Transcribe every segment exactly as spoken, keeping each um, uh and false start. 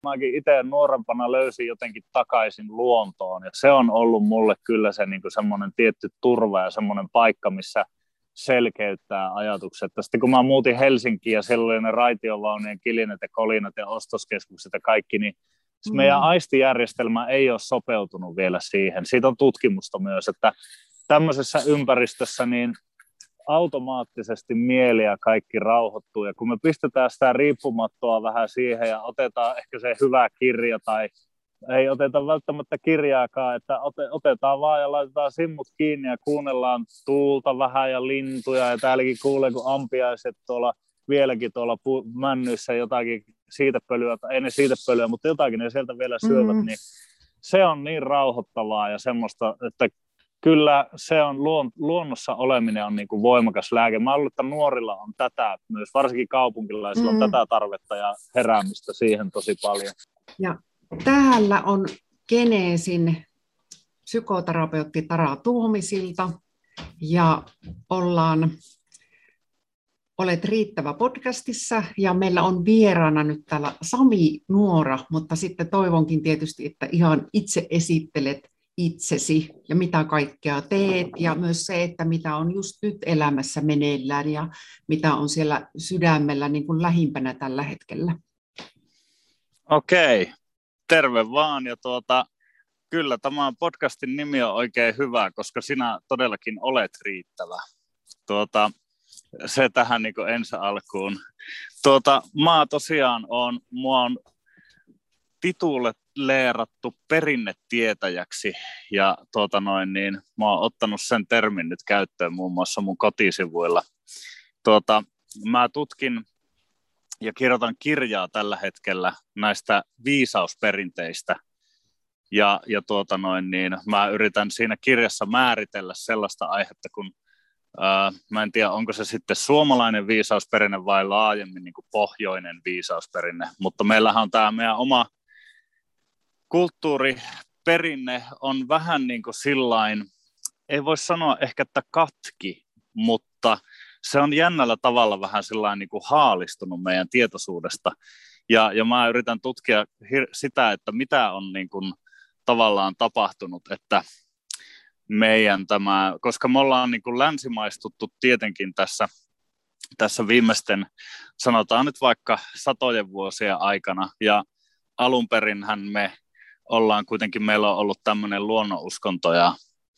Mäkin itse nuorempana löysin jotenkin takaisin luontoon, ja se on ollut mulle kyllä se niin kuin semmoinen tietty turva ja semmoinen paikka, missä selkeyttää ajatukset. Sitten kun mä muutin Helsinkiin ja siellä oli ne raitiovaunujen kilinät ja kolinat ja ostoskeskukset ja kaikki, niin mm. meidän aistijärjestelmä ei ole sopeutunut vielä siihen. Siitä on tutkimusta myös, että tämmöisessä ympäristössä niin automaattisesti mieli ja kaikki rauhoittuu, ja kun me pistetään sitä riippumattoa vähän siihen ja otetaan ehkä se hyvä kirja tai ei oteta välttämättä kirjaakaan, että otetaan vaan ja laitetaan simmut kiinni ja kuunnellaan tuulta vähän ja lintuja, ja täälläkin kuulee, kun ampiaiset tuolla vieläkin tuolla männyissä jotakin siitepölyä, tai ei ne siitepölyä, mutta jotakin ne sieltä vielä syövät, mm-hmm. niin se on niin rauhoittavaa ja semmoista, että kyllä se on, luonnossa oleminen on niin kuin voimakas lääke. Mä luulen, että nuorilla on tätä, myös varsinkin kaupunkilaisilla mm. on tätä tarvetta ja heräämistä siihen tosi paljon. Ja täällä on Geneesin psykoterapeutti Tara Tuomisilta ja ollaan, olet riittävä podcastissa ja meillä on vieraana nyt täällä Sami Nuora, mutta sitten toivonkin tietysti, että ihan itse esittelet itsesi ja mitä kaikkea teet ja myös se, että mitä on just nyt elämässä meneillään ja mitä on siellä sydämellä niin kuin lähimpänä tällä hetkellä. Okei, terve vaan ja tuota, kyllä tämä podcastin nimi on oikein hyvä, koska sinä todellakin olet riittävä. Tuota, se tähän niin kuin ensi alkuun. Tuota, mä tosiaan on, mua on tituulle leerattu perinnetietäjäksi ja tuota noin, niin mä oon ottanut sen termin nyt käyttöön muun muassa mun kotisivuilla. Tuota, mä tutkin ja kirjoitan kirjaa tällä hetkellä näistä viisausperinteistä ja, ja tuota noin, niin mä yritän siinä kirjassa määritellä sellaista aihetta, kun ää, mä en tiedä onko se sitten suomalainen viisausperinne vai laajemmin niin kuin pohjoinen viisausperinne, mutta meillähän on tämä meidän oma kulttuuriperinne on vähän niin kuin sillain, ei voi sanoa ehkä, että katki, mutta se on jännällä tavalla vähän sillain niin kuin haalistunut meidän tietoisuudesta. Ja, ja mä yritän tutkia hir- sitä, että mitä on niin kuin tavallaan tapahtunut, että meidän tämä, koska me ollaan niin kuin länsimaistuttu tietenkin tässä, tässä viimeisten, sanotaan nyt vaikka satojen vuosien aikana, ja alun perinhän me ollaan kuitenkin, meillä on ollut tämmöinen luonnonuskonto ja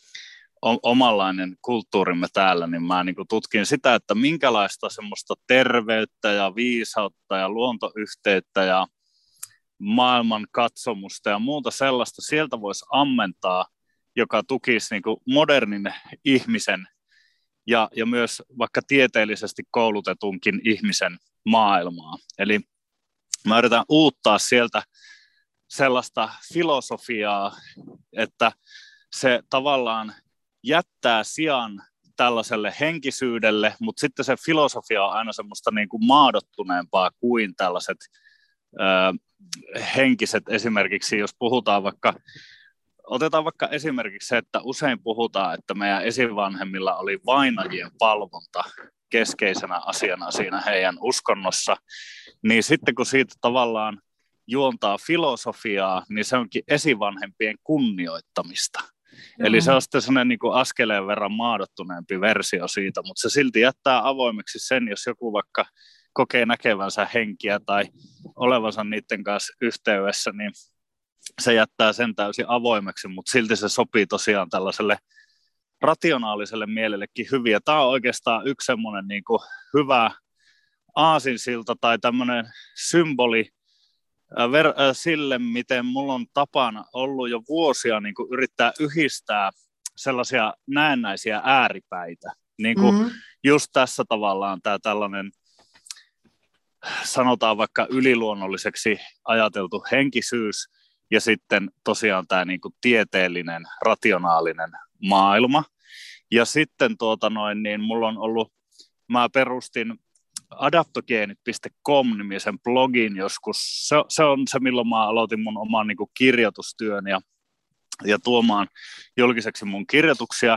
omanlainen kulttuurimme täällä, niin mä niin kuin tutkin sitä, että minkälaista semmoista terveyttä ja viisautta ja luontoyhteyttä ja maailman katsomusta ja muuta sellaista sieltä voisi ammentaa, joka tukisi niin kuin modernin ihmisen ja, ja myös vaikka tieteellisesti koulutetunkin ihmisen maailmaa. Eli mä yritän uuttaa sieltä sellaista filosofiaa, että se tavallaan jättää sijan tällaiselle henkisyydelle, mutta sitten se filosofia on aina semmoista niin kuin maadottuneempaa kuin tällaiset ö, henkiset esimerkiksi, jos puhutaan vaikka, otetaan vaikka esimerkiksi se, että usein puhutaan, että meidän esivanhemmilla oli vainajien palvonta keskeisenä asiana siinä heidän uskonnossa, niin sitten kun siitä tavallaan juontaa filosofiaa, niin se onkin esivanhempien kunnioittamista. Joo. Eli se on sitten sellainen niin kuin askeleen verran maadottuneempi versio siitä, mutta se silti jättää avoimeksi sen, jos joku vaikka kokee näkevänsä henkiä tai olevansa niiden kanssa yhteydessä, niin se jättää sen täysin avoimeksi, mutta silti se sopii tosiaan tällaiselle rationaaliselle mielellekin hyvin. Ja tämä on oikeastaan yksi semmoinen niin kuin hyvä aasinsilta tai tämmöinen symboli ver- sille, miten mulla on tapana ollut jo vuosia niin kuin yrittää yhdistää sellaisia näennäisiä ääripäitä. Niin kuin mm-hmm. just tässä tavallaan tämä tällainen, sanotaan vaikka yliluonnolliseksi ajateltu henkisyys ja sitten tosiaan tämä niin kuin tieteellinen, rationaalinen maailma. Ja sitten tuota noin, niin mulla on ollut, mä perustin adaptogeenit piste com-nimisen blogin joskus. Se, se on se, milloin mä aloitin mun oman niin kuin kirjoitustyön ja, ja tuomaan julkiseksi mun kirjoituksia.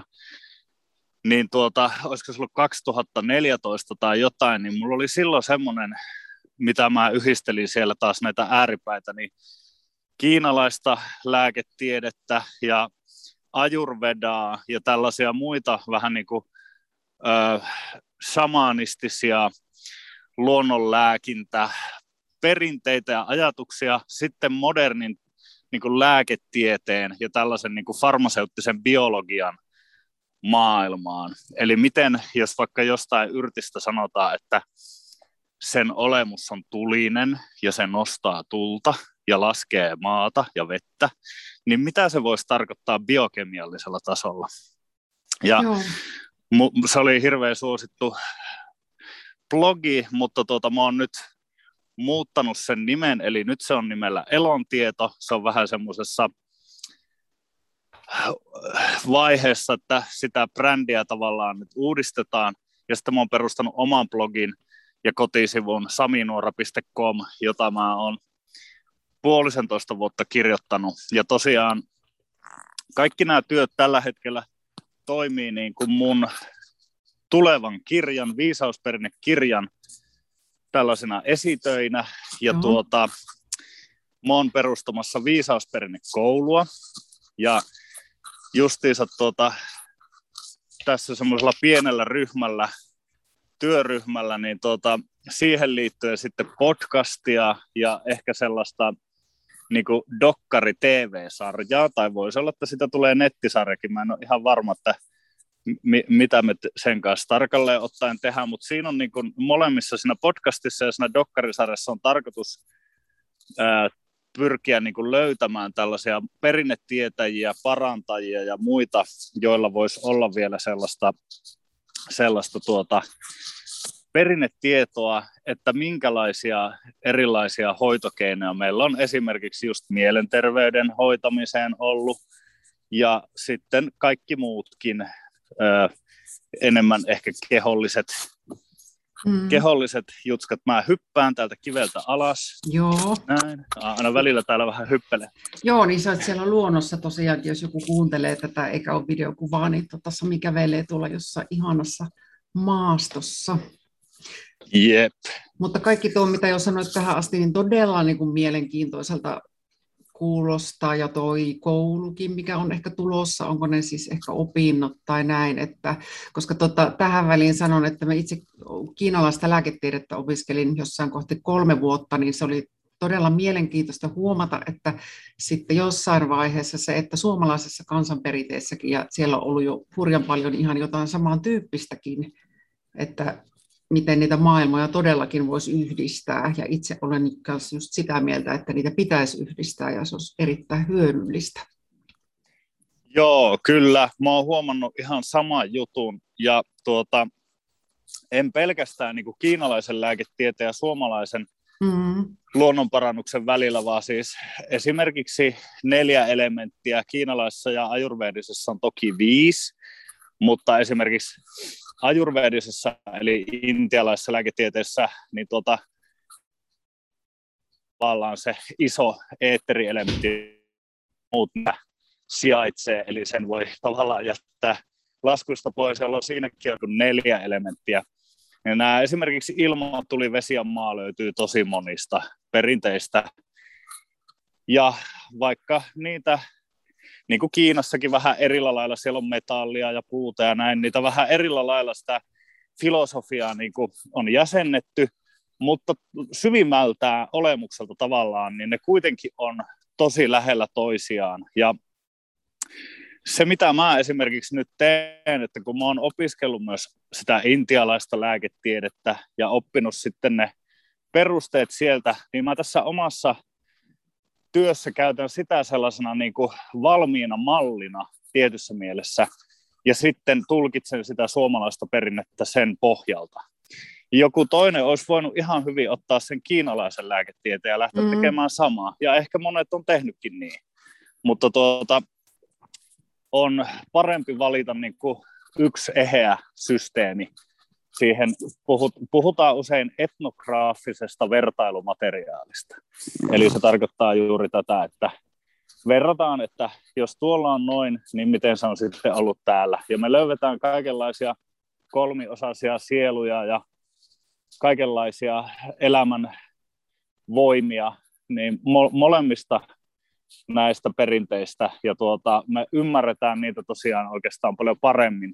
Niin tuota, olisiko se ollut kaksituhattaneljätoista tai jotain, niin mulla oli silloin semmoinen mitä mä yhdistelin siellä taas näitä ääripäitä, niin kiinalaista lääketiedettä ja ajurvedaa ja tällaisia muita vähän niin kuin ö, shamanistisia luonnonlääkintä, perinteitä ja ajatuksia, sitten modernin niin kuin lääketieteen ja tällaisen niin kuin farmaseuttisen biologian maailmaan. Eli miten, jos vaikka jostain yrtistä sanotaan, että sen olemus on tulinen ja se nostaa tulta ja laskee maata ja vettä, niin mitä se voisi tarkoittaa biokemiallisella tasolla? Ja mu- se oli hirveän suosittu blogi, mutta tuota, mä oon nyt muuttanut sen nimen, eli nyt se on nimellä Elontieto. Se on vähän semmoisessa vaiheessa, että sitä brändiä tavallaan nyt uudistetaan, ja sitten mä oon perustanut oman blogin ja kotisivun saminuora piste com, jota mä oon puolisentoista vuotta kirjoittanut, ja tosiaan kaikki nämä työt tällä hetkellä toimii niin kuin mun tulevan kirjan, viisausperinnekirjan tällaisena esitöinä, ja no. tuota, mä oon perustamassa viisausperinnekoulua, ja justiinsa tuota, tässä semmoisella pienellä ryhmällä, työryhmällä, niin tuota, siihen liittyen sitten podcastia ja ehkä sellaista niin kuin dokkari-T V-sarjaa, tai voisi olla, että sitä tulee nettisarjakin, mä en ole ihan varma, että mi- mitä me sen kanssa tarkalleen ottaen tehdään, mutta siinä on niin kuin molemmissa siinä podcastissa ja siinä dokkarisarjassa on tarkoitus ää, pyrkiä niin kuin löytämään tällaisia perinnetietäjiä, parantajia ja muita, joilla voisi olla vielä sellaista, sellaista tuota, perinnetietoa, että minkälaisia erilaisia hoitokeinoja meillä on esimerkiksi just mielenterveyden hoitamiseen ollut ja sitten kaikki muutkin ö, enemmän ehkä keholliset, mm. keholliset jutskat. Mä hyppään täältä kiveltä alas. Joo. Näin. Aina välillä täällä vähän hyppelee. Joo, niin sä oot siellä luonnossa tosiaankin, jos joku kuuntelee tätä eikä ole videokuvaa, niin tota, Sami kävelee tuolla jossain ihanassa maastossa. Jep. Mutta kaikki tuo, mitä jo sanoit tähän asti, niin todella niin kuin mielenkiintoiselta kuulostaa, ja toi koulukin, mikä on ehkä tulossa, onko ne siis ehkä opinnot tai näin, että, koska tota, tähän väliin sanon, että mä itse kiinalaista lääketiedettä opiskelin jossain kohti kolme vuotta, niin se oli todella mielenkiintoista huomata, että sitten jossain vaiheessa se, että suomalaisessa kansanperinteessäkin, ja siellä on ollut jo hurjan paljon ihan jotain samantyyppistäkin, että miten niitä maailmoja todellakin voisi yhdistää, ja itse olen just sitä mieltä, että niitä pitäisi yhdistää, ja se olisi erittäin hyödyllistä. Joo, kyllä. Mä oon huomannut ihan saman jutun, ja tuota, en pelkästään niin kuin kiinalaisen lääketieteen ja suomalaisen mm. luonnonparannuksen välillä, vaan siis esimerkiksi neljä elementtiä, kiinalaisessa ja ajurvedisessa on toki viisi, mutta esimerkiksi ajurvedisessa eli intialaisessa lääketieteessä niin tuota, tavallaan se iso eetterielementti muut sijaitsee, eli sen voi tavallaan jättää laskuista pois, jolloin siinäkin on neljä elementtiä. Ja nämä esimerkiksi ilma, tuli, vesi ja maa löytyy tosi monista perinteistä. Ja vaikka niitä, niin kuin Kiinassakin vähän erillä lailla, siellä on metallia ja puuta ja näin, niitä vähän erillä lailla sitä filosofiaa niin kuin on jäsennetty, mutta syvimmältään olemukselta tavallaan, niin ne kuitenkin on tosi lähellä toisiaan. Ja se, mitä mä esimerkiksi nyt teen, että kun mä oon opiskellut myös sitä intialaista lääketiedettä ja oppinut sitten ne perusteet sieltä, niin mä tässä omassa työssä käytän sitä sellaisena niin kuin valmiina mallina tietyssä mielessä, ja sitten tulkitsen sitä suomalaista perinnettä sen pohjalta. Joku toinen olisi voinut ihan hyvin ottaa sen kiinalaisen lääketieteen ja lähteä mm. tekemään samaa, ja ehkä monet on tehnytkin niin, mutta tuota, on parempi valita niin kuin yksi eheä systeemi. Siihen puhutaan usein etnograafisesta vertailumateriaalista. Eli se tarkoittaa juuri tätä, että verrataan, että jos tuolla on noin, niin miten se on sitten ollut täällä. Ja me löydetään kaikenlaisia kolmiosaisia sieluja ja kaikenlaisia elämän voimia, niin mo- molemmista näistä perinteistä, ja tuota, me ymmärretään niitä tosiaan oikeastaan paljon paremmin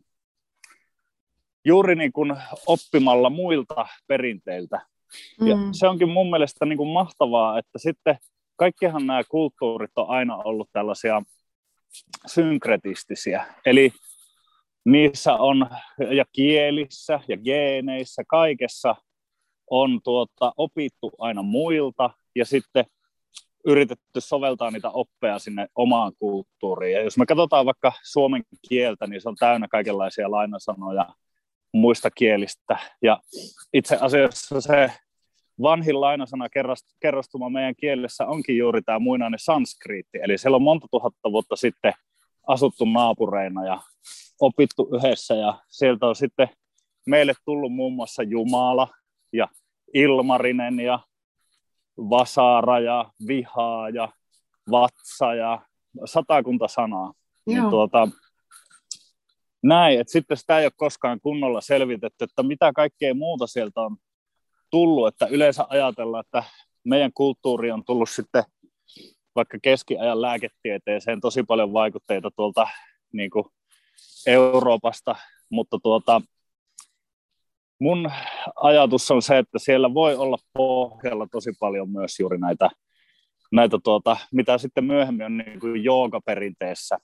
juuri niin kuin oppimalla muilta perinteiltä. Mm. Ja se onkin mun mielestä niin kuin mahtavaa, että sitten kaikkihan nämä kulttuurit on aina ollut tällaisia synkretistisiä, eli niissä on, ja kielissä ja geeneissä, kaikessa on tuota, opittu aina muilta, ja sitten yritetty soveltaa niitä oppeja sinne omaan kulttuuriin. Ja jos me katsotaan vaikka suomen kieltä, niin se on täynnä kaikenlaisia lainasanoja muista kielistä. Ja itse asiassa se vanhin lainasana kerrostuma meidän kielessä onkin juuri tämä muinainen sanskriitti. Eli siellä on monta tuhatta vuotta sitten asuttu naapureina ja opittu yhdessä. Ja sieltä on sitten meille tullut muun muassa Jumala ja Ilmarinen ja Vasara ja Vihaa ja Vatsa ja satakunta sanaa. Niin tuota, näin, että sitten sitä ei ole koskaan kunnolla selvitetty, että mitä kaikkea muuta sieltä on tullut, että yleensä ajatellaan, että meidän kulttuuri on tullut sitten vaikka keskiajan lääketieteeseen tosi paljon vaikutteita tuolta niin kuin Euroopasta, mutta tuota, mun ajatus on se, että siellä voi olla pohjalla tosi paljon myös juuri näitä, näitä tuota, mitä sitten myöhemmin on niin kuin joogaperinteessä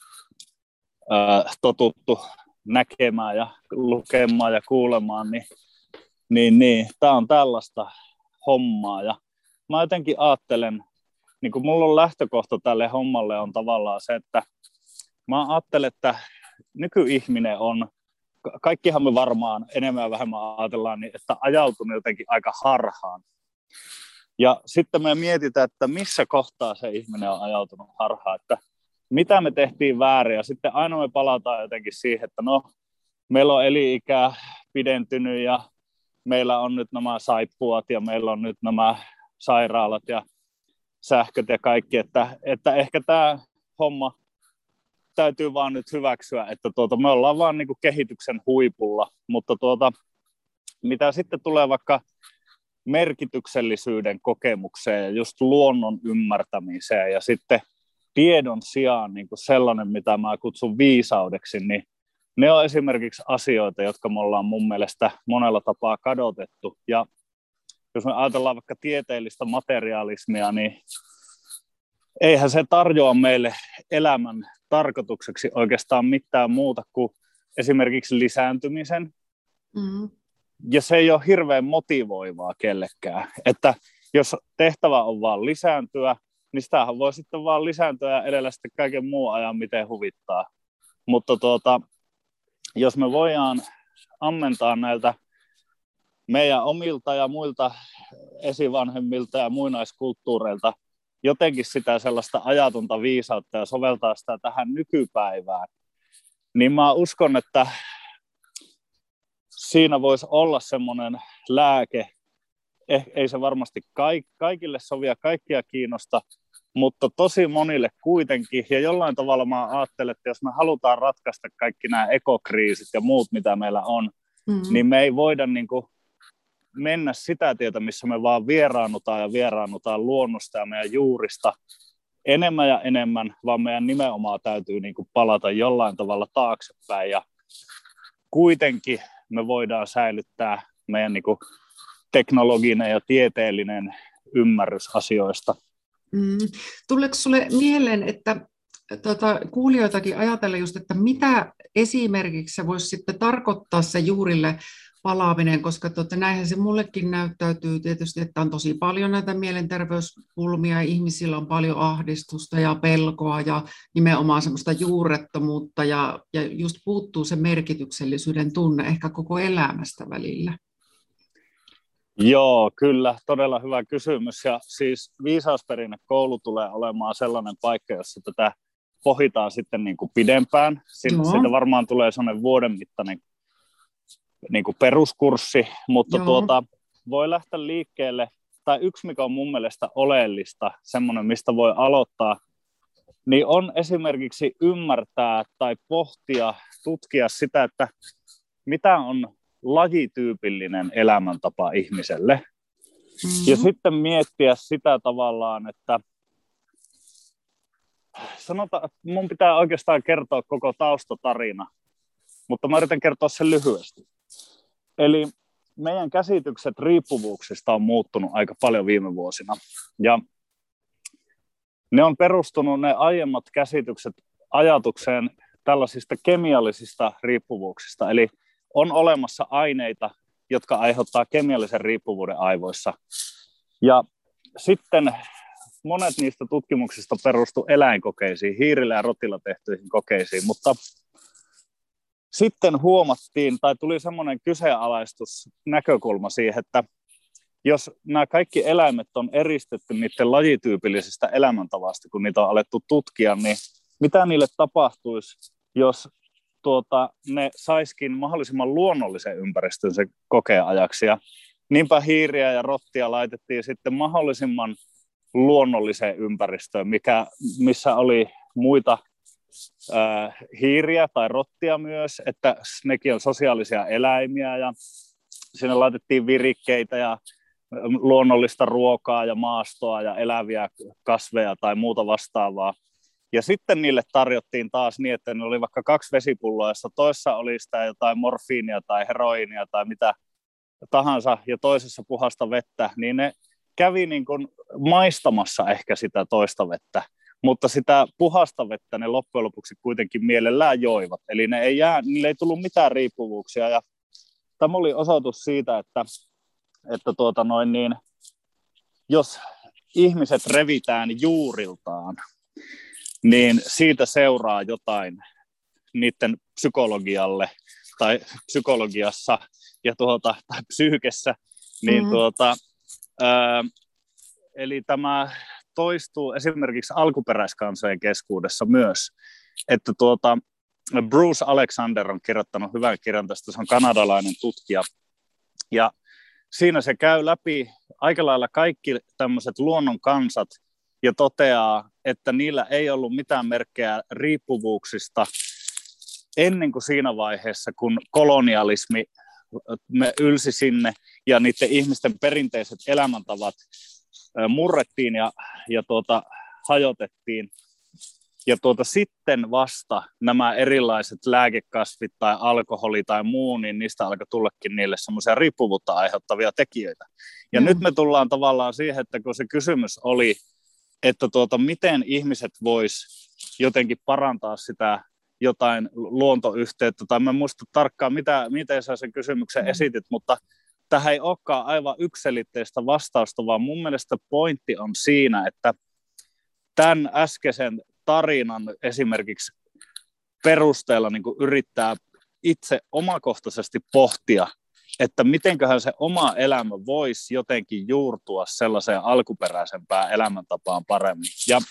ää, totuttu näkemään ja lukemaan ja kuulemaan, niin, niin, niin tämä on tällaista hommaa. Ja mä jotenkin ajattelen, niin kuin mulla on lähtökohta tälle hommalle on tavallaan se, että mä ajattelen, että nykyihminen on, kaikkihan me varmaan enemmän ja vähemmän ajatellaan, niin että ajautunut jotenkin aika harhaan. Ja sitten me mietitään, että missä kohtaa se ihminen on ajautunut harhaan, että mitä me tehtiin väärin. Ja sitten aina me palataan jotenkin siihen, että no, meillä on elinikä pidentynyt ja meillä on nyt nämä saippuat ja meillä on nyt nämä sairaalat ja sähköt ja kaikki, että, että ehkä tämä homma täytyy vaan nyt hyväksyä, että tuota, me ollaan vaan niin kuin kehityksen huipulla, mutta tuota, mitä sitten tulee vaikka merkityksellisyyden kokemukseen ja just luonnon ymmärtämiseen ja sitten tiedon sijaan niin kuin sellainen, mitä mä kutsun viisaudeksi, niin ne on esimerkiksi asioita, jotka me ollaan mun mielestä monella tapaa kadotettu. Ja jos me ajatellaan vaikka tieteellistä materialismia, niin eihän se tarjoa meille elämän tarkoitukseksi oikeastaan mitään muuta kuin esimerkiksi lisääntymisen. Mm. Ja se ei ole hirveän motivoivaa kellekään. Että jos tehtävä on vaan lisääntyä, niin sitähän voi sitten vaan lisääntyä ja edellä sitten kaiken muun ajan, miten huvittaa. Mutta tuota, jos me voidaan ammentaa näiltä meidän omilta ja muilta esivanhemmilta ja muinaiskulttuureilta jotenkin sitä sellaista ajatonta viisautta ja soveltaa sitä tähän nykypäivään, niin mä uskon, että siinä voisi olla semmoinen lääke, eh, ei se varmasti kaikille sovia, kaikkia kiinnosta, mutta tosi monille kuitenkin, ja jollain tavalla mä ajattelen, että jos me halutaan ratkaista kaikki nämä ekokriisit ja muut, mitä meillä on, mm-hmm. niin me ei voida niin kuin mennä sitä tietä, missä me vaan vieraannutaan ja vieraannutaan luonnosta ja meidän juurista enemmän ja enemmän, vaan meidän nimenomaan täytyy niin kuin palata jollain tavalla taaksepäin ja kuitenkin me voidaan säilyttää meidän niin kuin teknologinen ja tieteellinen ymmärrys asioista. Mm. Tuleeko sinulle mieleen, että tuota, kuulijoitakin ajatella just, että mitä esimerkiksi se voisi sitten tarkoittaa se juurille palaaminen, koska tuota, näinhän se mullekin näyttäytyy tietysti, että on tosi paljon näitä mielenterveyspulmia ja ihmisillä on paljon ahdistusta ja pelkoa ja nimenomaan semmoista juurettomuutta ja, ja just puuttuu se merkityksellisyyden tunne ehkä koko elämästä välillä. Joo, kyllä, todella hyvä kysymys. Ja siis viisausperinnekoulu tulee olemaan sellainen paikka, jossa tätä pohditaan sitten niin kuin pidempään. Siitä, siitä varmaan tulee sellainen vuoden mittainen niin kuin peruskurssi, mutta tuota, voi lähteä liikkeelle. Tai yksi, mikä on mun mielestä oleellista, semmoinen, mistä voi aloittaa, niin on esimerkiksi ymmärtää tai pohtia, tutkia sitä, että mitä on lajityypillinen elämäntapa ihmiselle. Mm-hmm. Ja sitten miettiä sitä tavallaan, että sanotaan, että mun pitää oikeastaan kertoa koko taustatarina, mutta mä yritän kertoa sen lyhyesti. Eli meidän käsitykset riippuvuuksista on muuttunut aika paljon viime vuosina. Ja ne on perustunut, ne aiemmat käsitykset, ajatukseen tällaisista kemiallisista riippuvuuksista. Eli on olemassa aineita, jotka aiheuttaa kemiallisen riippuvuuden aivoissa. Ja sitten monet niistä tutkimuksista perustu eläinkokeisiin, hiirillä ja rotilla tehtyihin kokeisiin, mutta sitten huomattiin, tai tuli semmoinen kyseenalaistusnäkökulma siihen, että jos nämä kaikki eläimet on eristetty niiden lajityypillisestä elämäntavasta, kun niitä on alettu tutkia, niin mitä niille tapahtuisi, jos tuota, ne saisikin mahdollisimman luonnollisen ympäristön se kokeajaksi. Ja niinpä hiiriä ja rottia laitettiin sitten mahdollisimman luonnolliseen ympäristöön, mikä, missä oli muita äh, hiiriä tai rottia myös, että nekin on sosiaalisia eläimiä ja sinne laitettiin virikkeitä ja luonnollista ruokaa ja maastoa ja eläviä kasveja tai muuta vastaavaa. Ja sitten niille tarjottiin taas niin, että ne oli vaikka kaksi vesipulloa, jossa toisessa oli sitä jotain morfiinia tai heroiinia tai mitä tahansa ja toisessa puhasta vettä, niin ne kävi niin kuin maistamassa ehkä sitä toista vettä, mutta sitä puhasta vettä ne loppujen lopuksi kuitenkin mielellään joivat. Eli ne ei jää, niille ei tullut mitään riippuvuuksia. Ja tämä oli osoitus siitä, että, että tuota noin niin, jos ihmiset revitään juuriltaan, niin siitä seuraa jotain niiden psykologialle tai psykologiassa ja tuota, tai psyykessä. Niin mm. tuota, ää, eli tämä toistuu esimerkiksi alkuperäiskansojen keskuudessa myös, että tuota, Bruce Alexander on kirjoittanut hyvän kirjan tästä, se on kanadalainen tutkija, ja siinä se käy läpi aika lailla kaikki tämmöiset luonnon kansat ja toteaa, että niillä ei ollut mitään merkkejä riippuvuuksista ennen kuin siinä vaiheessa, kun kolonialismi me ylsi sinne ja niiden ihmisten perinteiset elämäntavat murrettiin ja, ja tuota, hajotettiin. Ja tuota, sitten vasta nämä erilaiset lääkekasvit tai alkoholi tai muu, niin niistä alkoi tullakin niille semmoisia riippuvuutta aiheuttavia tekijöitä. Ja mm. nyt me tullaan tavallaan siihen, että kun se kysymys oli, että tuota, miten ihmiset vois jotenkin parantaa sitä jotain luontoyhteyttä, tai mä en muista tarkkaan, mitä, miten sä sen kysymyksen mm. esitit, mutta tähän ei olekaan aivan yksiselitteistä vastausta, vaan mun mielestä pointti on siinä, että tämän äskeisen tarinan esimerkiksi perusteella niin kuin yrittää itse omakohtaisesti pohtia, että mitenköhän se oma elämä voisi jotenkin juurtua sellaiseen alkuperäisempään elämäntapaan paremmin. Ja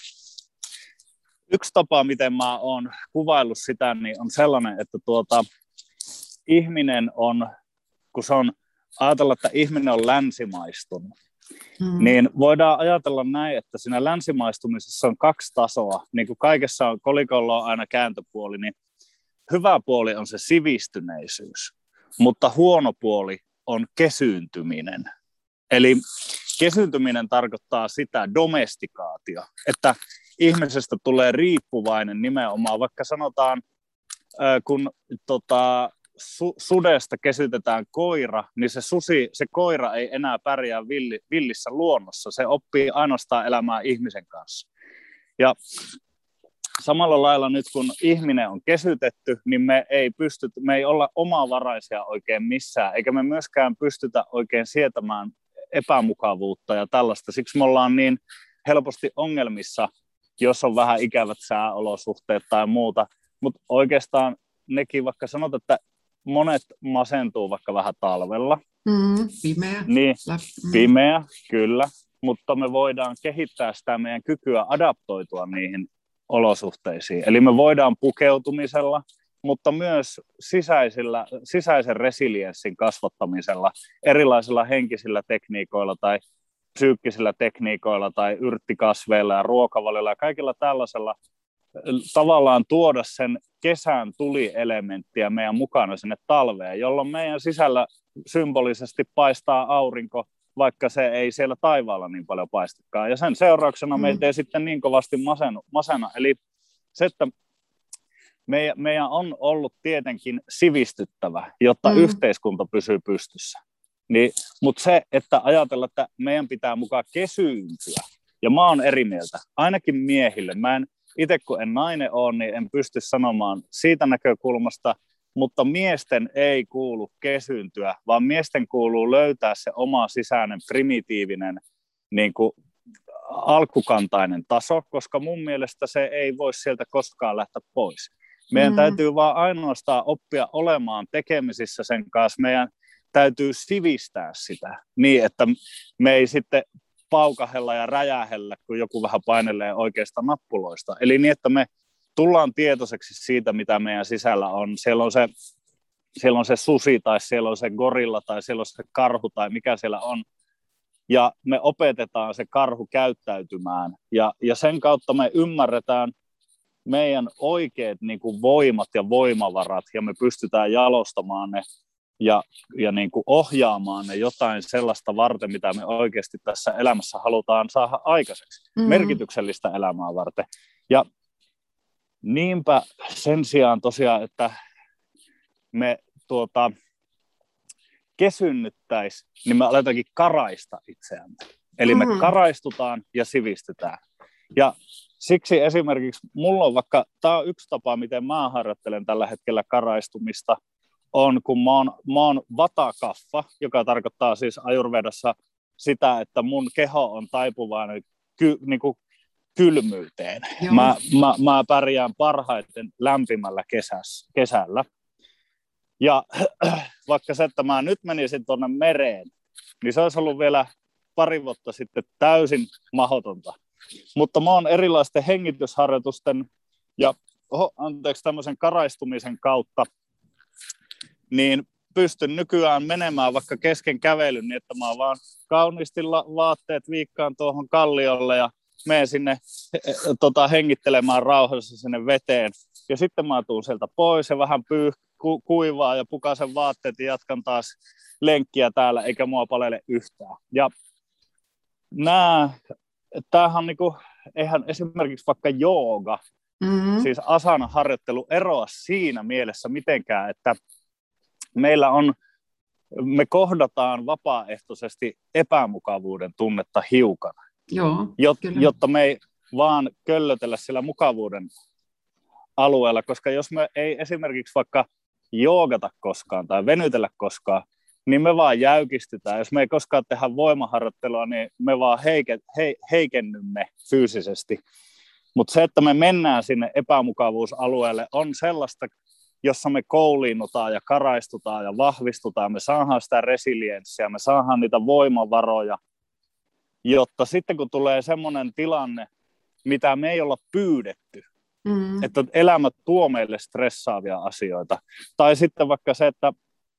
yksi tapa, miten mä oon kuvaillut sitä, niin on sellainen, että tuota, ihminen on, kun se on, ajatella, että ihminen on länsimaistunut, Hmm. niin voidaan ajatella näin, että siinä länsimaistumisessa on kaksi tasoa, niin kuin kaikessa on, kolikolla on aina kääntöpuoli, niin hyvä puoli on se sivistyneisyys, mutta huono puoli on kesyyntyminen. Eli kesyyntyminen tarkoittaa sitä domestikaatio, että ihmisestä tulee riippuvainen nimenomaan, vaikka sanotaan, kun tota, Su- sudesta kesytetään koira, niin se, susi, se koira ei enää pärjää villi, villissä luonnossa. Se oppii ainoastaan elämään ihmisen kanssa. Ja samalla lailla nyt kun ihminen on kesytetty, niin me ei, pystytä, me ei olla omavaraisia oikein missään, eikä me myöskään pystytä oikein sietämään epämukavuutta ja tällaista. Siksi me ollaan niin helposti ongelmissa, jos on vähän ikävät sääolosuhteet tai muuta. Mutta oikeastaan nekin, vaikka sanotaan, että monet masentuu vaikka vähän talvella. Mm, pimeä. Niin, mm. pimeä, kyllä. Mutta me voidaan kehittää sitä meidän kykyä adaptoitua niihin olosuhteisiin. Eli me voidaan pukeutumisella, mutta myös sisäisillä, sisäisen resilienssin kasvattamisella, erilaisilla henkisillä tekniikoilla tai psyykkisillä tekniikoilla tai yrttikasveilla ja ruokavaliolla ja kaikilla tällaisella tavallaan tuoda sen kesän tulielementtiä meidän mukana sinne talveen, jolloin meidän sisällä symbolisesti paistaa aurinko, vaikka se ei siellä taivaalla niin paljon paistakaan. Ja sen seurauksena mm. meitä ei sitten niin kovasti masenu, masena. Eli se, että meidän, meidän on ollut tietenkin sivistyttävä, jotta mm. yhteiskunta pysyy pystyssä. Niin, mutta se, että ajatella, että meidän pitää mukaan kesyyntyä, ja mä oon eri mieltä, ainakin miehille. Mä en, itse kun en nainen ole, niin en pysty sanomaan siitä näkökulmasta, mutta miesten ei kuulu kesyyntyä, vaan miesten kuuluu löytää se oma sisäinen primitiivinen niin kuin alkukantainen taso, koska mun mielestä se ei voi sieltä koskaan lähteä pois. Meidän mm. täytyy vaan ainoastaan oppia olemaan tekemisissä sen kanssa. Meidän täytyy sivistää sitä niin, että me ei sitten paukahella ja räjähellä, kun joku vähän painelee oikeista nappuloista. Eli niin, että me tullaan tietoiseksi siitä, mitä meidän sisällä on. Siellä on se, siellä on se susi tai siellä on se gorilla tai siellä on se karhu tai mikä siellä on. Ja me opetetaan se karhu käyttäytymään. Ja, ja sen kautta me ymmärretään meidän oikeat niin kuin voimat ja voimavarat ja me pystytään jalostamaan ne ja, ja niin kuin ohjaamaan ne jotain sellaista varten, mitä me oikeasti tässä elämässä halutaan saada aikaiseksi. Mm-hmm. Merkityksellistä elämää varten. Ja niinpä sen sijaan tosiaan, että me tuota, kesynnyttäisiin, niin me aletaankin karaista itseämme. Eli me mm-hmm. karaistutaan ja sivistytään. Ja siksi esimerkiksi mulla on vaikka, tämä on yksi tapa, miten mä harjoittelen tällä hetkellä karaistumista, on kun mä oon, mä oon vata-kaffa, joka tarkoittaa siis Ayurvedassa sitä, että mun keho on taipuvainen ky, niin kuin kylmyyteen. Mä, mä, mä pärjään parhaiten lämpimällä kesäs, kesällä. Ja vaikka se, että mä nyt menisin tuonne mereen, niin se olisi ollut vielä pari vuotta sitten täysin mahdotonta. Mutta mä oon erilaisten hengitysharjoitusten ja oho, anteeksi, tämmöisen karaistumisen kautta, niin pystyn nykyään menemään vaikka kesken kävelyn niin, että mä vaan kauniisti vaatteet viikkaan tuohon kalliolle ja menen sinne tota, hengittelemään rauhassa sinne veteen. Ja sitten mä tuun sieltä pois ja vähän pyy, ku, kuivaa ja pukasen vaatteet ja jatkan taas lenkkiä täällä, eikä mua palele yhtään. Ja nää, tämähän on niinku, eihän esimerkiksi vaikka jooga, mm-hmm. siis asana-harjoittelu eroa siinä mielessä mitenkään, että meillä on, me kohdataan vapaaehtoisesti epämukavuuden tunnetta hiukan, Joo, jot, jotta me ei vaan köllötellä sillä mukavuuden alueella, koska jos me ei esimerkiksi vaikka joogata koskaan tai venytellä koskaan, niin me vaan jäykistytään. Jos me ei koskaan tehdä voimaharjoittelua, niin me vaan heike, he, heikennymme fyysisesti. Mutta se, että me mennään sinne epämukavuusalueelle, on sellaista, jossa me kouliinnutaan ja karaistutaan ja vahvistutaan. Me saadaan sitä resilienssiä, me saadaan niitä voimavaroja, jotta sitten kun tulee semmoinen tilanne, mitä me ei olla pyydetty, mm. että elämä tuo meille stressaavia asioita. Tai sitten vaikka se, että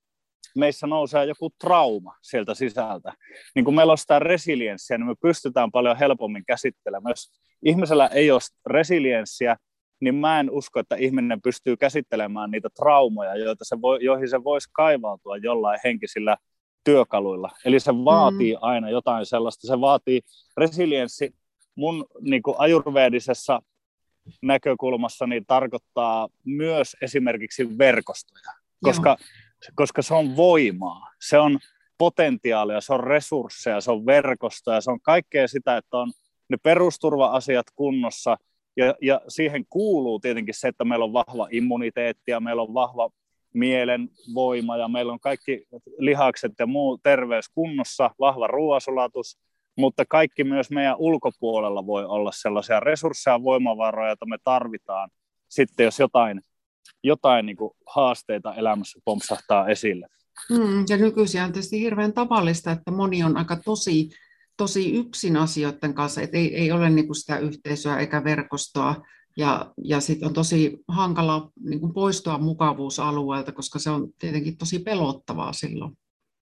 meissä nousee joku trauma sieltä sisältä. Niin kun meillä on sitä resilienssiä, niin me pystytään paljon helpommin käsittelemään. Jos ihmisellä ei ole resilienssiä, niin mä en usko, että ihminen pystyy käsittelemään niitä traumoja, joita se voi, joihin se voisi kaivautua jollain henkisillä työkaluilla. Eli se vaatii mm. aina jotain sellaista. Se vaatii resilienssi mun niin kuin ajurvedisessa näkökulmassa niin tarkoittaa myös esimerkiksi verkostoja, koska, koska se on voimaa, se on potentiaalia, se on resursseja, se on verkostoja, se on kaikkea sitä, että on ne perusturva-asiat kunnossa ja, ja siihen kuuluu tietenkin se, että meillä on vahva immuniteetti ja meillä on vahva mielen voima ja meillä on kaikki lihakset ja muu terveys kunnossa, vahva ruoansulatus, mutta kaikki myös meidän ulkopuolella voi olla sellaisia resursseja, voimavaroja, joita me tarvitaan sitten, jos jotain, jotain niin kuin haasteita elämässä pompsahtaa esille. Mm, ja nykyisin on tietysti hirveän tavallista, että moni on aika tosi, tosi yksin asioiden kanssa, että ei, ei ole niin kuin sitä yhteisöä eikä verkostoa. Ja, ja sitten on tosi hankala niin kuin poistua mukavuusalueelta, koska se on tietenkin tosi pelottavaa silloin.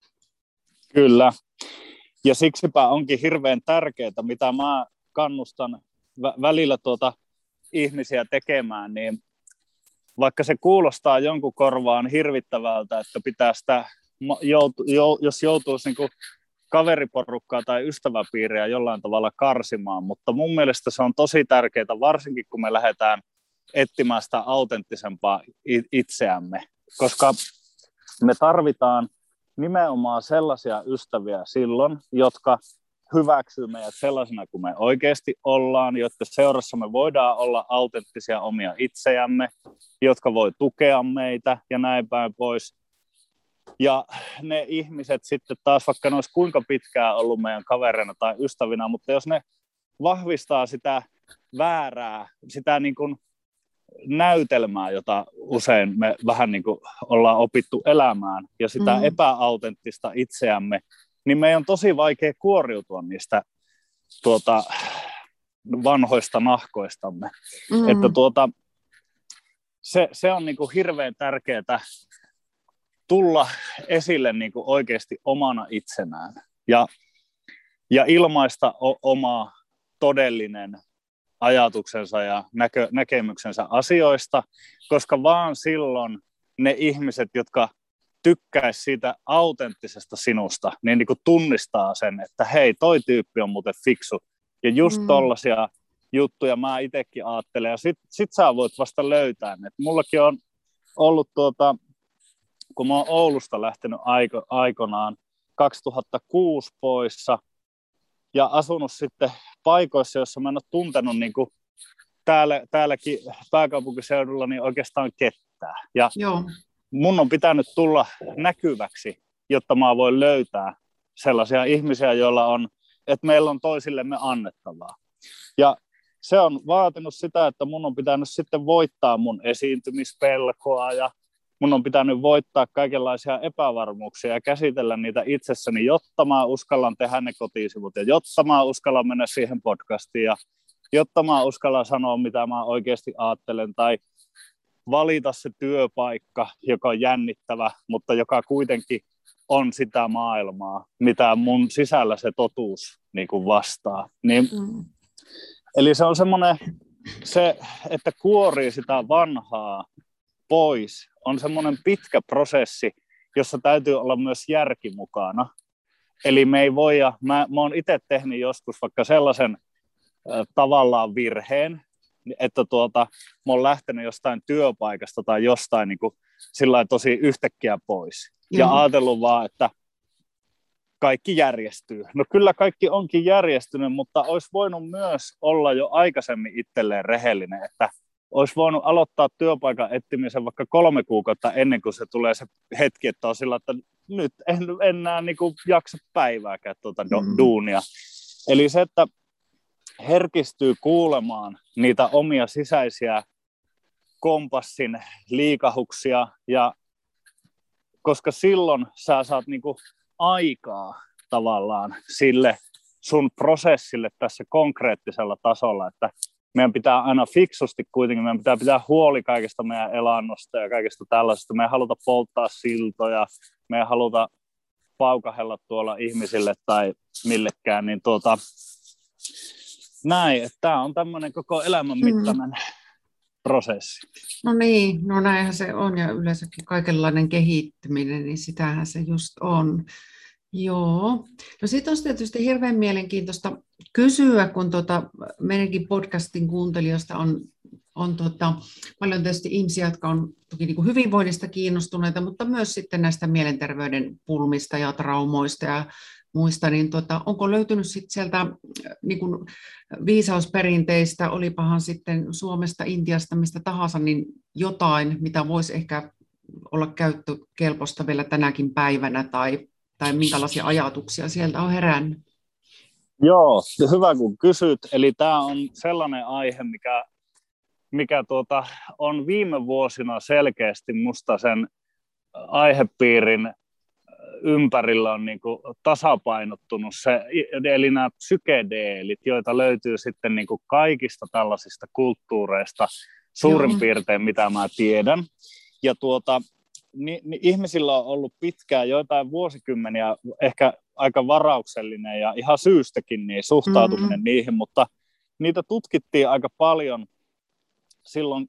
Kyllä. Ja siksipä onkin hirveän tärkeää, mitä mä kannustan vä- välillä tuota ihmisiä tekemään, niin vaikka se kuulostaa jonkun korvaan hirvittävältä, että pitää sitä, joutu, jou, jos joutuisi niin kuin kaveriporukkaa tai ystäväpiiriä jollain tavalla karsimaan, mutta mun mielestä se on tosi tärkeää, varsinkin kun me lähdetään etsimään sitä autenttisempaa itseämme, koska me tarvitaan nimenomaan sellaisia ystäviä silloin, jotka hyväksyy meidät sellaisena kuin me oikeasti ollaan, jotka seurassa me voidaan olla autenttisia omia itseämme, jotka voi tukea meitä ja näin päin pois. Ja ne ihmiset sitten taas, vaikka ne olisi kuinka pitkään ollut meidän kavereina tai ystävinä, mutta jos ne vahvistaa sitä väärää, sitä niin kuin näytelmää, jota usein me vähän niin kuin ollaan opittu elämään, ja sitä mm. epäautenttista itseämme, niin meidän on tosi vaikea kuoriutua niistä tuota, vanhoista nahkoistamme. Mm. Että tuota, se, se on niin kuin hirveän tärkeää tulla esille niin kuin oikeasti omana itsenään ja, ja ilmaista o- oma todellinen ajatuksensa ja näkö, näkemyksensä asioista, koska vaan silloin ne ihmiset, jotka tykkäisi siitä autenttisesta sinusta, niin, niin kuin tunnistaa sen, että hei, toi tyyppi on muuten fiksu. Ja just mm. tollaisia juttuja mä itsekin ajattelen. Ja sit, sit sä voit vasta löytää ne. Mullakin on ollut, tuota, kun mä oon Oulusta lähtenyt aiko, aikanaan kaksituhattakuusi poissa ja asunut sitten paikoissa, joissa mä en ole tuntenut niin kuin täällä, täälläkin pääkaupunkiseudulla niin oikeastaan ketään. Ja Joo. mun on pitänyt tulla näkyväksi, jotta mä voin löytää sellaisia ihmisiä, joilla on, että meillä on toisillemme annettavaa. Ja se on vaatinut sitä, että mun on pitänyt sitten voittaa mun esiintymispelkoa ja mun on pitänyt voittaa kaikenlaisia epävarmuuksia ja käsitellä niitä itsessäni, jotta mä uskallan tehdä ne kotisivut ja jotta mä uskallan mennä siihen podcastiin ja jotta mä uskallan sanoa, mitä mä oikeasti ajattelen tai valita se työpaikka, joka on jännittävä, mutta joka kuitenkin on sitä maailmaa, mitä mun sisällä se totuus niin kuin vastaa. Niin, mm. Eli se on semmoinen, se, että kuorii sitä vanhaa pois, on semmoinen pitkä prosessi, jossa täytyy olla myös järki mukana. Eli me ei voi, ja mä, mä oon itse tehnyt joskus vaikka sellaisen äh, tavallaan virheen, että tuota, mä oon lähtenyt jostain työpaikasta tai jostain niin kuin, sillä tosi yhtäkkiä pois. Joo. Ja ajatellut vaan, että kaikki järjestyy. No kyllä kaikki onkin järjestynyt, mutta olisi voinut myös olla jo aikaisemmin itselleen rehellinen, että olisi voinut aloittaa työpaikan etsimisen vaikka kolme kuukautta ennen kuin se tulee se hetki, että on sillä, että nyt en enää niin kuin jaksa päivääkään tuota do- duunia. Eli se, että herkistyy kuulemaan niitä omia sisäisiä kompassin liikahuksia, ja koska silloin sä saat niinku aikaa tavallaan sille sun prosessille tässä konkreettisella tasolla, että meidän pitää aina fiksusti kuitenkin, meidän pitää pitää huoli kaikesta meidän elannosta ja kaikesta tällaisesta. Me ei haluta polttaa siltoja, me ei haluta paukahella tuolla ihmisille tai millekään, niin tuota, näin, että tämä on tämmöinen koko elämän mittainen mm. prosessi. No niin, no näinhän se on ja yleensäkin kaikenlainen kehittyminen, niin sitähän se just on. Joo. No sitten on tietysti hirveän mielenkiintoista kysyä, kun tuota, meidänkin podcastin kuuntelijoista on, on tuota, paljon tietysti ihmisiä, jotka on toki niin kuin hyvinvoinnista kiinnostuneita, mutta myös sitten näistä mielenterveyden pulmista ja traumoista ja muista, niin tuota, onko löytynyt sitten sieltä niin kuin viisausperinteistä, olipahan sitten Suomesta, Intiasta, mistä tahansa, niin jotain, mitä voisi ehkä olla käyttökelpoista vielä tänäkin päivänä, tai, tai minkälaisia ajatuksia sieltä on herännyt? Joo, hyvä kun kysyt. Eli tämä on sellainen aihe, mikä, mikä tuota, on viime vuosina selkeästi musta sen aihepiirin ympärillä on niin kuin tasapainottunut se, eli nämä psykedeelit, joita löytyy sitten niin kuin kaikista tällaisista kulttuureista suurin Joo. piirtein, mitä mä tiedän. Ja tuota, ni, ni, ihmisillä on ollut pitkään joitain vuosikymmeniä ehkä aika varauksellinen ja ihan syystäkin niin suhtautuminen mm-hmm. niihin, mutta niitä tutkittiin aika paljon silloin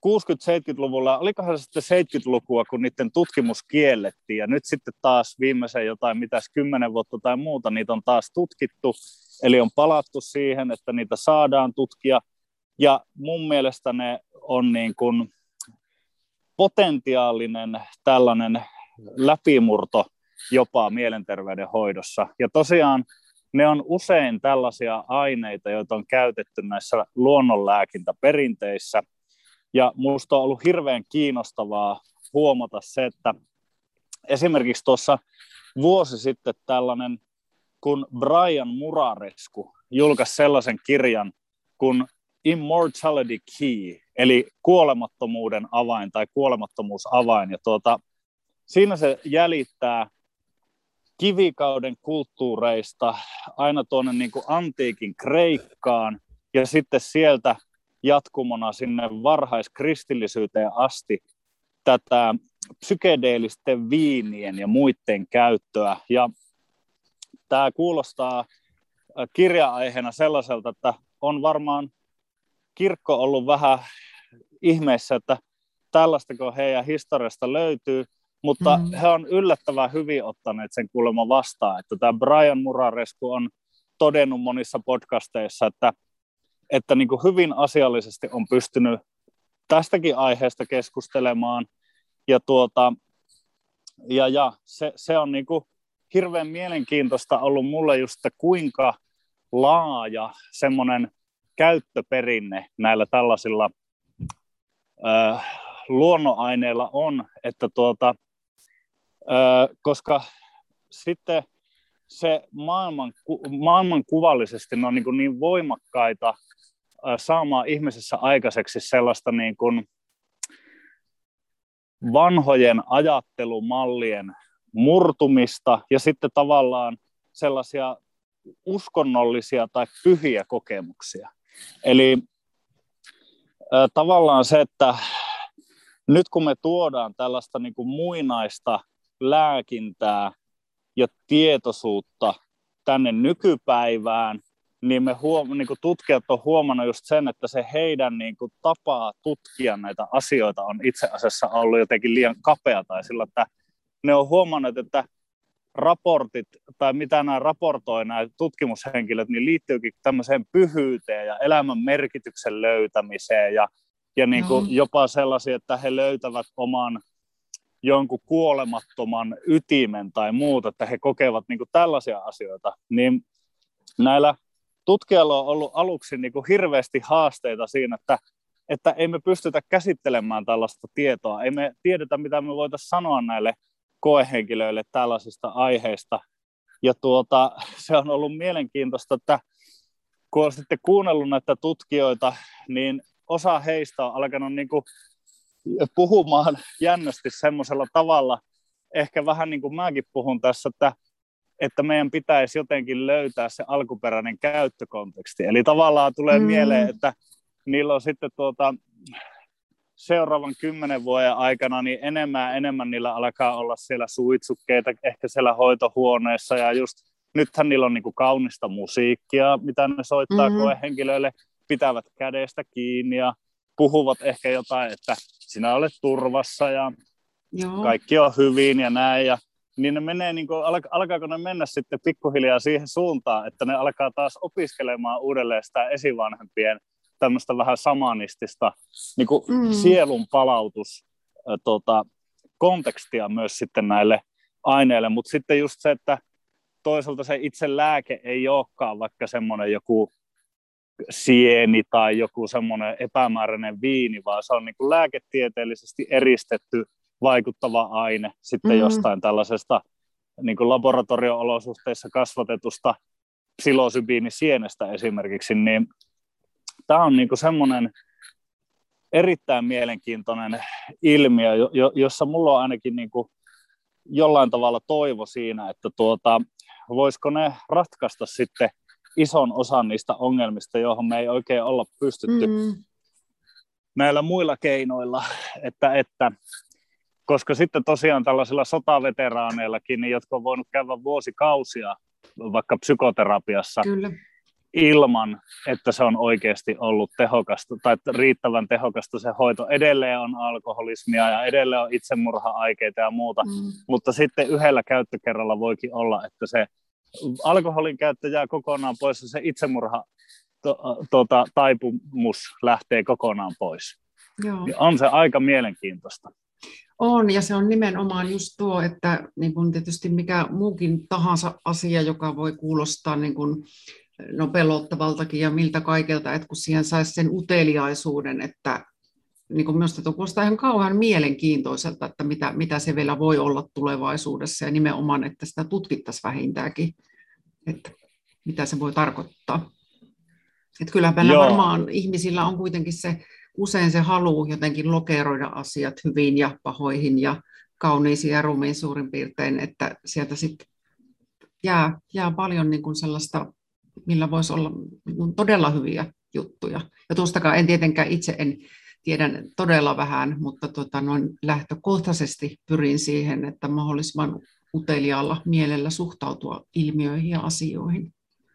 kuusikymmentä-seitsemänkymmentäluvulla, olikohan se sitten seitsemänkymmentälukua, kun niiden tutkimus kiellettiin, ja nyt sitten taas viimeisen jotain, mitäs kymmenen vuotta tai muuta, niitä on taas tutkittu, eli on palattu siihen, että niitä saadaan tutkia, ja mun mielestä ne on niin kuin potentiaalinen tällainen läpimurto jopa mielenterveyden hoidossa, ja tosiaan ne on usein tällaisia aineita, joita on käytetty näissä luonnonlääkintäperinteissä. Ja minusta on ollut hirveän kiinnostavaa huomata se, että esimerkiksi tuossa vuosi sitten tällainen, kun Brian Muraresku julkaisi sellaisen kirjan kuin Immortality Key, eli kuolemattomuuden avain tai kuolemattomuusavain. Ja tuota, siinä se jäljittää kivikauden kulttuureista aina tuonne niin kuin antiikin Kreikkaan ja sitten sieltä jatkumona sinne varhaiskristillisyyteen asti tätä psykedeellisten viinien ja muiden käyttöä. Ja tämä kuulostaa kirja-aiheena sellaiselta, että on varmaan kirkko ollut vähän ihmeessä, että tällaistako heidän historiasta löytyy, mutta mm. he on yllättävän hyvin ottaneet sen kuulemma vastaan, että tämä Brian Muraresku on todennut monissa podcasteissa, että, että niin kuin hyvin asiallisesti on pystynyt tästäkin aiheesta keskustelemaan, ja, tuota, ja, ja se, se on niin kuin hirveän mielenkiintoista ollut mulle just, että kuinka laaja semmoinen käyttöperinne näillä tällaisilla äh, luonnonaineilla on, että tuota, äh, koska sitten se maailman, maailmankuvallisesti ne on niin, niin voimakkaita äh, saamaan ihmisessä aikaiseksi sellaista niin kuin vanhojen ajattelumallien murtumista ja sitten tavallaan sellaisia uskonnollisia tai pyhiä kokemuksia. Eli äh, tavallaan se, että nyt kun me tuodaan tällaista niin kuin muinaista lääkintää ja tietoisuutta tänne nykypäivään, niin me huom- niin kuin tutkijat on huomannut just sen, että se heidän niin kuin tapaa tutkia näitä asioita on itse asiassa ollut jotenkin liian kapea, tai sillä, että ne on huomannut, että raportit, tai mitä nämä raportoi, nämä tutkimushenkilöt, niin liittyykin tämmöiseen pyhyyteen ja elämän merkityksen löytämiseen, ja, ja niin kuin no. jopa sellaisia, että he löytävät oman jonkun kuolemattoman ytimen tai muuta, että he kokevat niin kuin tällaisia asioita, niin näillä tutkijoilla on ollut aluksi niin kuin hirveästi haasteita siinä, että, että ei me pystytä käsittelemään tällaista tietoa, ei me tiedetä, mitä me voitaisiin sanoa näille koehenkilöille tällaisista aiheista. Ja tuota, se on ollut mielenkiintoista, että kun olen sitten kuunnellut näitä tutkijoita, niin osa heistä on alkanut niin kuin puhumaan jännästi semmoisella tavalla, ehkä vähän niin kuin mäkin puhun tässä, että, että meidän pitäisi jotenkin löytää se alkuperäinen käyttökonteksti. Eli tavallaan tulee mm. mieleen, että niillä on sitten tuota, seuraavan kymmenen vuoden aikana niin enemmän ja enemmän niillä alkaa olla siellä suitsukkeita, ehkä siellä hoitohuoneessa, ja just nythän niillä on niin kuin kaunista musiikkia, mitä ne soittaa mm. koehenkilöille, pitävät kädestä kiinni ja puhuvat ehkä jotain, että sinä olet turvassa ja Joo. kaikki on hyvin ja näin, ja niin ne menee, niin kuin, alkaako ne mennä sitten pikkuhiljaa siihen suuntaan, että ne alkaa taas opiskelemaan uudelleen sitä esivanhempien tämmöistä vähän samanistista niin kuin mm. sielun palautus äh, tota, kontekstia myös sitten näille aineille, mutta sitten just se, että toisaalta se itse lääke ei olekaan vaikka semmoinen joku sieni tai joku semmoinen epämääräinen viini, vaan se on niin kuin lääketieteellisesti eristetty vaikuttava aine sitten mm. jostain tällaisesta niin kuin laboratorio-olosuhteissa kasvatetusta psilosybiinisienestä esimerkiksi, niin tämä on niin kuin semmoinen erittäin mielenkiintoinen ilmiö, jossa mulla on ainakin niin kuin jollain tavalla toivo siinä, että tuota, voisiko ne ratkaista sitten ison osan niistä ongelmista, johon me ei oikein olla pystytty mm. näillä muilla keinoilla, että, että koska sitten tosiaan tällaisilla sotaveteraaneilla, niin, jotka on voinut käydä vuosikausia vaikka psykoterapiassa, Kyllä. ilman, että se on oikeasti ollut tehokasta tai riittävän tehokasta se hoito. Edelleen on alkoholismia ja edelleen on itsemurha-aikeita ja muuta, mm. mutta sitten yhdellä käyttökerralla voikin olla, että se alkoholin käyttö jää kokonaan pois ja se itsemurha to, tuota, taipumus lähtee kokonaan pois. Joo. On se aika mielenkiintoista. On, ja se on nimenomaan just tuo, että niin kun tietysti mikä muukin tahansa asia, joka voi kuulostaa niin kun, no pelottavaltakin ja miltä kaikelta, että kun siihen saisi sen uteliaisuuden, että niin kuin minusta tuo kuulostaa ihan kauhean mielenkiintoiselta, että mitä, mitä se vielä voi olla tulevaisuudessa ja nimenomaan, että sitä tutkittaisiin vähintäänkin, että mitä se voi tarkoittaa. Että kyllä meillä varmaan ihmisillä on kuitenkin se, usein se halu jotenkin lokeroida asiat hyvin ja pahoihin ja kauniisiin ja ruumiin suurin piirtein, että sieltä sitten jää, jää paljon niin kuin sellaista, millä voisi olla niin kuin todella hyviä juttuja. Ja tuostakaan en tietenkään itse en tiedän todella vähän, mutta tota, noin lähtökohtaisesti pyrin siihen, että mahdollisimman uteliaalla mielellä suhtautua ilmiöihin ja asioihin.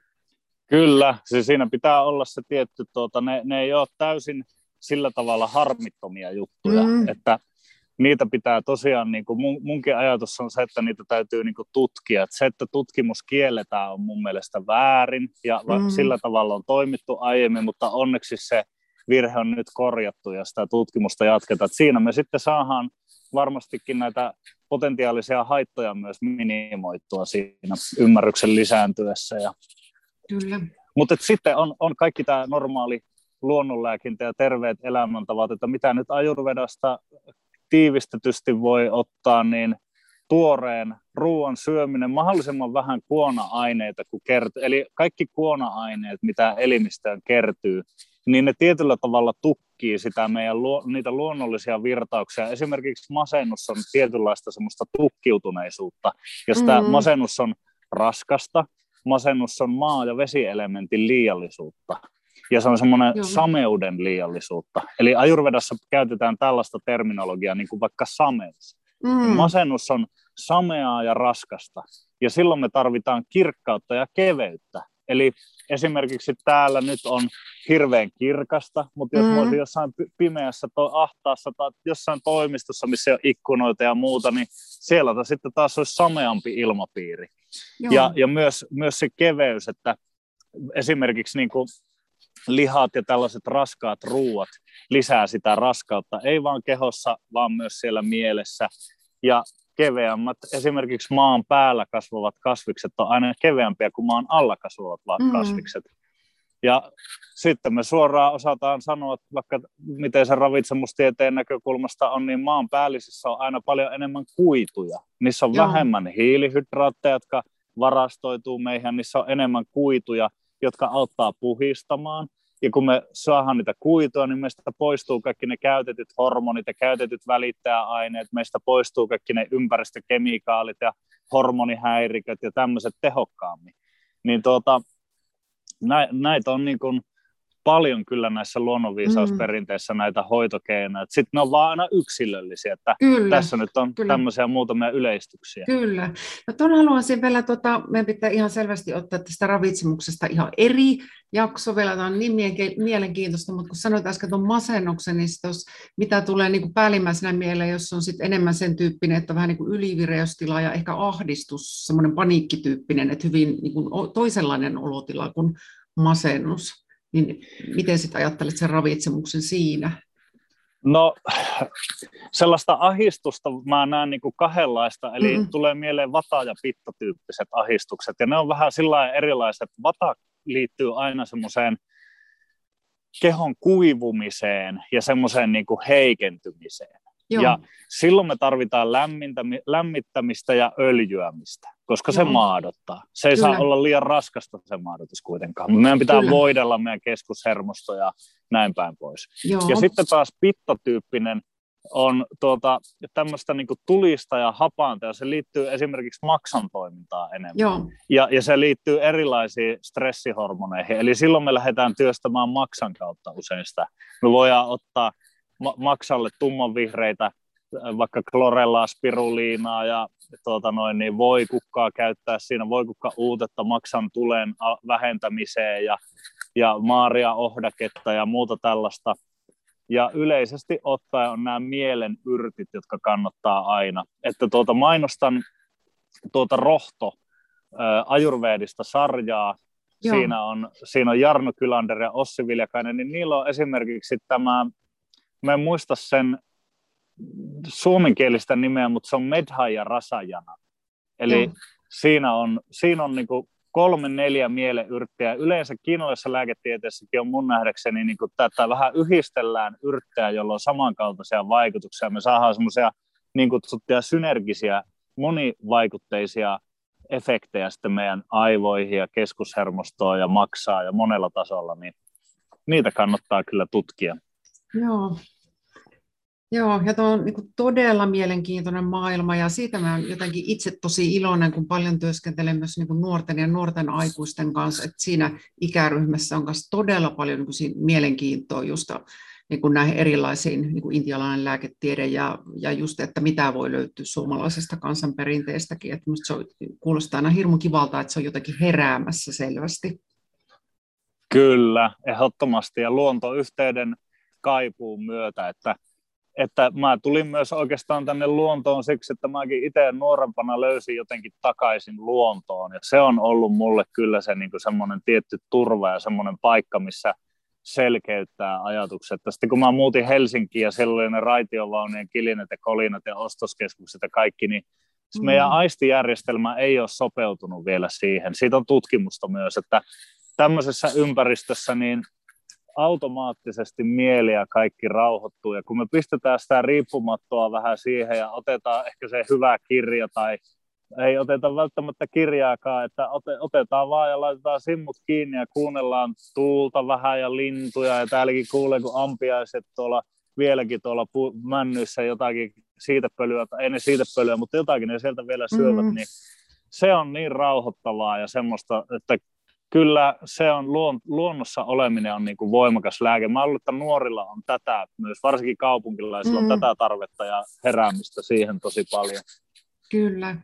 Kyllä, siis siinä pitää olla se tietty, tuota, ne, ne ei ole täysin sillä tavalla harmittomia juttuja, mm. että niitä pitää tosiaan, niin kuin mun, munkin ajatus on se, että niitä täytyy niin kuin tutkia. Että se, että tutkimus kielletään on mun mielestä väärin ja mm. sillä tavalla on toimittu aiemmin, mutta onneksi se virhe on nyt korjattu ja sitä tutkimusta jatketaan. Että siinä me sitten saadaan varmastikin näitä potentiaalisia haittoja myös minimoitua siinä ymmärryksen lisääntyessä. Ja Kyllä. Mutta sitten on, on kaikki tämä normaali luonnonlääkintä ja terveet elämäntavat, että mitä nyt Ayurvedasta tiivistetysti voi ottaa, niin tuoreen ruoan syöminen, mahdollisimman vähän kuona-aineita kuin kertyy, eli kaikki kuona-aineet, mitä elimistöön kertyy, niin ne tietyllä tavalla tukkii sitä meidän niitä luonnollisia virtauksia. Esimerkiksi masennus on tietynlaista semmoista tukkiutuneisuutta, ja sitä mm-hmm. masennus on raskasta, masennus on maa- ja vesielementin liiallisuutta. Ja se on semmoinen Joo. sameuden liiallisuutta. Eli Ayurvedassa käytetään tällaista terminologiaa, niin kuin vaikka sameus. Mm. Masennus on sameaa ja raskasta. Ja silloin me tarvitaan kirkkautta ja keveyttä. Eli esimerkiksi täällä nyt on hirveän kirkasta, mutta jos mm. voisi jossain pimeässä, to- ahtaassa tai jossain toimistossa, missä on ikkunoita ja muuta, niin siellä sitten taas olisi sameampi ilmapiiri. Ja, ja myös, myös se keveys, että esimerkiksi niin kuin lihat ja tällaiset raskaat ruuat lisää sitä raskautta, ei vaan kehossa, vaan myös siellä mielessä. Ja keveämmät, esimerkiksi maan päällä kasvavat kasvikset on aina keveämpiä kuin maan alla kasvavat mm. kasvikset. Ja sitten me suoraan osataan sanoa, että vaikka miten se ravitsemustieteen näkökulmasta on, niin maan päällisissä on aina paljon enemmän kuituja. Niissä on Joo. vähemmän hiilihydraatteja, jotka varastoituu meihin, niissä on enemmän kuituja, jotka auttaa puhistamaan. Ja kun me saadaan niitä kuitua, niin meistä poistuu kaikki ne käytetyt hormonit ja käytetyt välittäjäaineet, meistä poistuu kaikki ne ympäristökemikaalit ja hormonihäiriköt ja tämmöiset tehokkaammin. Niin tuota, näitä on niin kuin paljon kyllä näissä luonnonviisausperinteissä mm. näitä hoitokeinoja. Sitten ne on vaan aina yksilöllisiä, että kyllä, tässä nyt on kyllä. tämmöisiä muutamia yleistyksiä. Kyllä. No tuon haluaisin vielä, tota, meidän pitää ihan selvästi ottaa tästä ravitsemuksesta ihan eri jakso vielä, tämä on niin mielenkiintoista, mutta kun sanoit äsken tuon masennuksen, niin tos, mitä tulee niin kuin päällimmäisenä mieleen, jos on sit enemmän sen tyyppinen, että vähän niin kuin ylivireystila ja ehkä ahdistus, semmoinen paniikkityyppinen, että hyvin niin kuin toisenlainen olotila kuin masennus. Niin miten sitten ajattelet sen ravitsemuksen siinä? No sellaista ahdistusta mä näen niin kuin kahdenlaista, eli mm-hmm. tulee mieleen vata- ja pitta-tyyppiset ahdistukset, ja ne on vähän sillä erilaiset. Vata liittyy aina semmoiseen kehon kuivumiseen ja semmoiseen niin kuin heikentymiseen. Joo. Ja silloin me tarvitaan lämmittämistä ja öljyämistä, koska Joo. se maadottaa. Se ei Kyllä. saa olla liian raskasta se maadotus kuitenkaan. Meidän pitää Kyllä. voidella meidän keskushermosto ja näin päin pois. Joo. Ja sitten taas pittatyyppinen on tuota, tämmöistä niin kuin tulista ja hapanta, ja se liittyy esimerkiksi maksan toimintaan enemmän. Joo. Ja, ja se liittyy erilaisiin stressihormoneihin. Eli silloin me lähdetään työstämään maksan kautta usein sitä. Me voidaan ottaa maksalle tummanvihreitä, vaikka klorellaa, spiruliinaa ja tuota noin, niin voi kukkaa käyttää siinä, voi kukka uutetta maksan tulen vähentämiseen ja, ja maaria ohdaketta ja muuta tällaista. Ja yleisesti ottaen on nämä mielen yrtit, jotka kannattaa aina. Että tuota mainostan tuota Rohto ää, Ajurvedista sarjaa. Siinä on, siinä on Jarno Kylander ja Ossi Viljakainen, niin niillä on esimerkiksi tämä, mä en muista sen suomenkielistä nimeä, mutta se on Medhaja Rasajana. Eli Joo. siinä on, siinä on niin kuin kolme, neljä mielenyrttiä. Yleensä kiinalaisessa lääketieteessäkin on mun nähdäkseni niin kuin tätä vähän yhdistellään yrttejä, jolla on samankaltaisia vaikutuksia. Me saadaan semmoisia niin kutsuttuja synergisiä, monivaikutteisia efektejä sitten meidän aivoihin ja keskushermostoon ja maksaa ja monella tasolla, niin niitä kannattaa kyllä tutkia. Joo. Joo, ja tuo on niin kuin todella mielenkiintoinen maailma, ja siitä mä olen jotenkin itse tosi iloinen, kun paljon työskentelen myös niin kuin nuorten ja nuorten aikuisten kanssa, että siinä ikäryhmässä on myös todella paljon niin kuin mielenkiintoa just niin kuin näihin erilaisiin niin kuin intialainen lääketiede ja, ja just, että mitä voi löytyä suomalaisesta kansanperinteistäkin, että musta se on, kuulostaa aina hirmu kivalta, että se on jotenkin heräämässä selvästi. Kyllä, ehdottomasti, ja luontoyhteyden kaipuun myötä, että Että mä tulin myös oikeastaan tänne luontoon siksi, että mäkin itse nuorempana löysin jotenkin takaisin luontoon. Ja se on ollut mulle kyllä se niin kuin semmoinen tietty turva ja semmoinen paikka, missä selkeyttää ajatukset. Ja sitten kun mä muutin Helsinkiin ja siellä oli ne raitiovaunujen kilinet ja kolinat ja ostoskeskukset ja kaikki, niin mm. meidän aistijärjestelmä ei ole sopeutunut vielä siihen. Siitä on tutkimusta myös, että tämmöisessä ympäristössä niin automaattisesti mieli ja kaikki rauhoittuu, ja kun me pistetään sitä riippumattoa vähän siihen ja otetaan ehkä se hyvä kirja, tai ei oteta välttämättä kirjaakaan, että otetaan vaan ja laitetaan simmut kiinni ja kuunnellaan tuulta vähän ja lintuja, ja täälläkin kuulee, kun ampiaiset tuolla vieläkin tuolla pu- männyissä jotakin siitepölyä, tai ei ne siitepölyä, mutta jotakin ne sieltä vielä syövät, mm-hmm. niin se on niin rauhoittavaa ja semmoista, että kyllä se on, luonnossa oleminen on niin kuin voimakas lääke. Mä luulen, että nuorilla on tätä myös, varsinkin kaupunkilaisilla mm. on tätä tarvetta ja heräämistä siihen tosi paljon. Kyllä,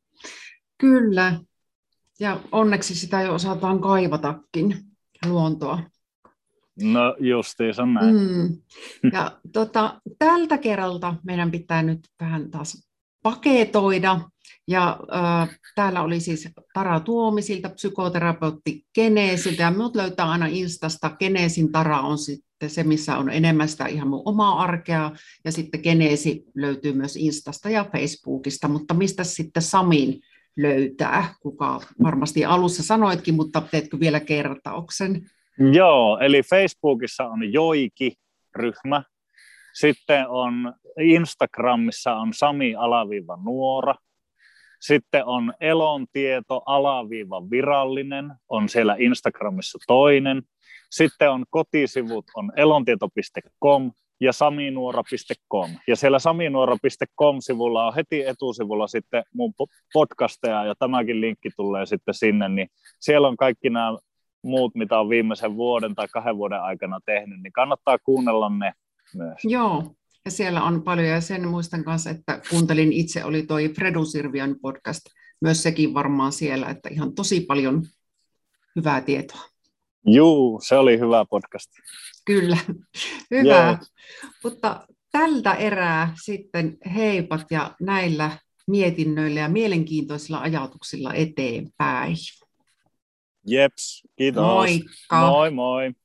kyllä. Ja onneksi sitä jo osataan kaivatakin, luontoa. No justiinsa näin. Mm. Ja tota, tältä kerralta meidän pitää nyt vähän taas paketoida. Ja äh, täällä oli siis Tara Tuomisilta, psykoterapeutti Geneesiltä, ja minut löytää aina Instasta. Geneesin Tara on sitten se, missä on enemmän sitä ihan mun omaa arkea, ja sitten Geneesi löytyy myös Instasta ja Facebookista, mutta mistä sitten Samin löytää, kuka varmasti alussa sanoitkin, mutta teetkö vielä kertauksen? Joo, eli Facebookissa on Joiki-ryhmä, sitten on Instagramissa on Sami-Nuora, sitten on Elontieto alaviiva virallinen, on siellä Instagramissa toinen. Sitten on kotisivut on elontieto piste com ja saminuora piste com. Ja siellä saminuora piste com-sivulla on heti etusivulla sitten mun podcasteja, ja tämäkin linkki tulee sitten sinne, niin siellä on kaikki nämä muut, mitä on viimeisen vuoden tai kahden vuoden aikana tehnyt, niin kannattaa kuunnella ne myös. Joo. Ja siellä on paljon, ja sen muistan kanssa, että kuuntelin itse, oli toi Fredu Sirviön podcast, myös sekin varmaan siellä, että ihan tosi paljon hyvää tietoa. Juu, se oli hyvä podcast. Kyllä, hyvä. Joo. Mutta tältä erää sitten heipat ja näillä mietinnöillä ja mielenkiintoisilla ajatuksilla eteenpäin. Jeps, kiitos. Moikka. Moi moi.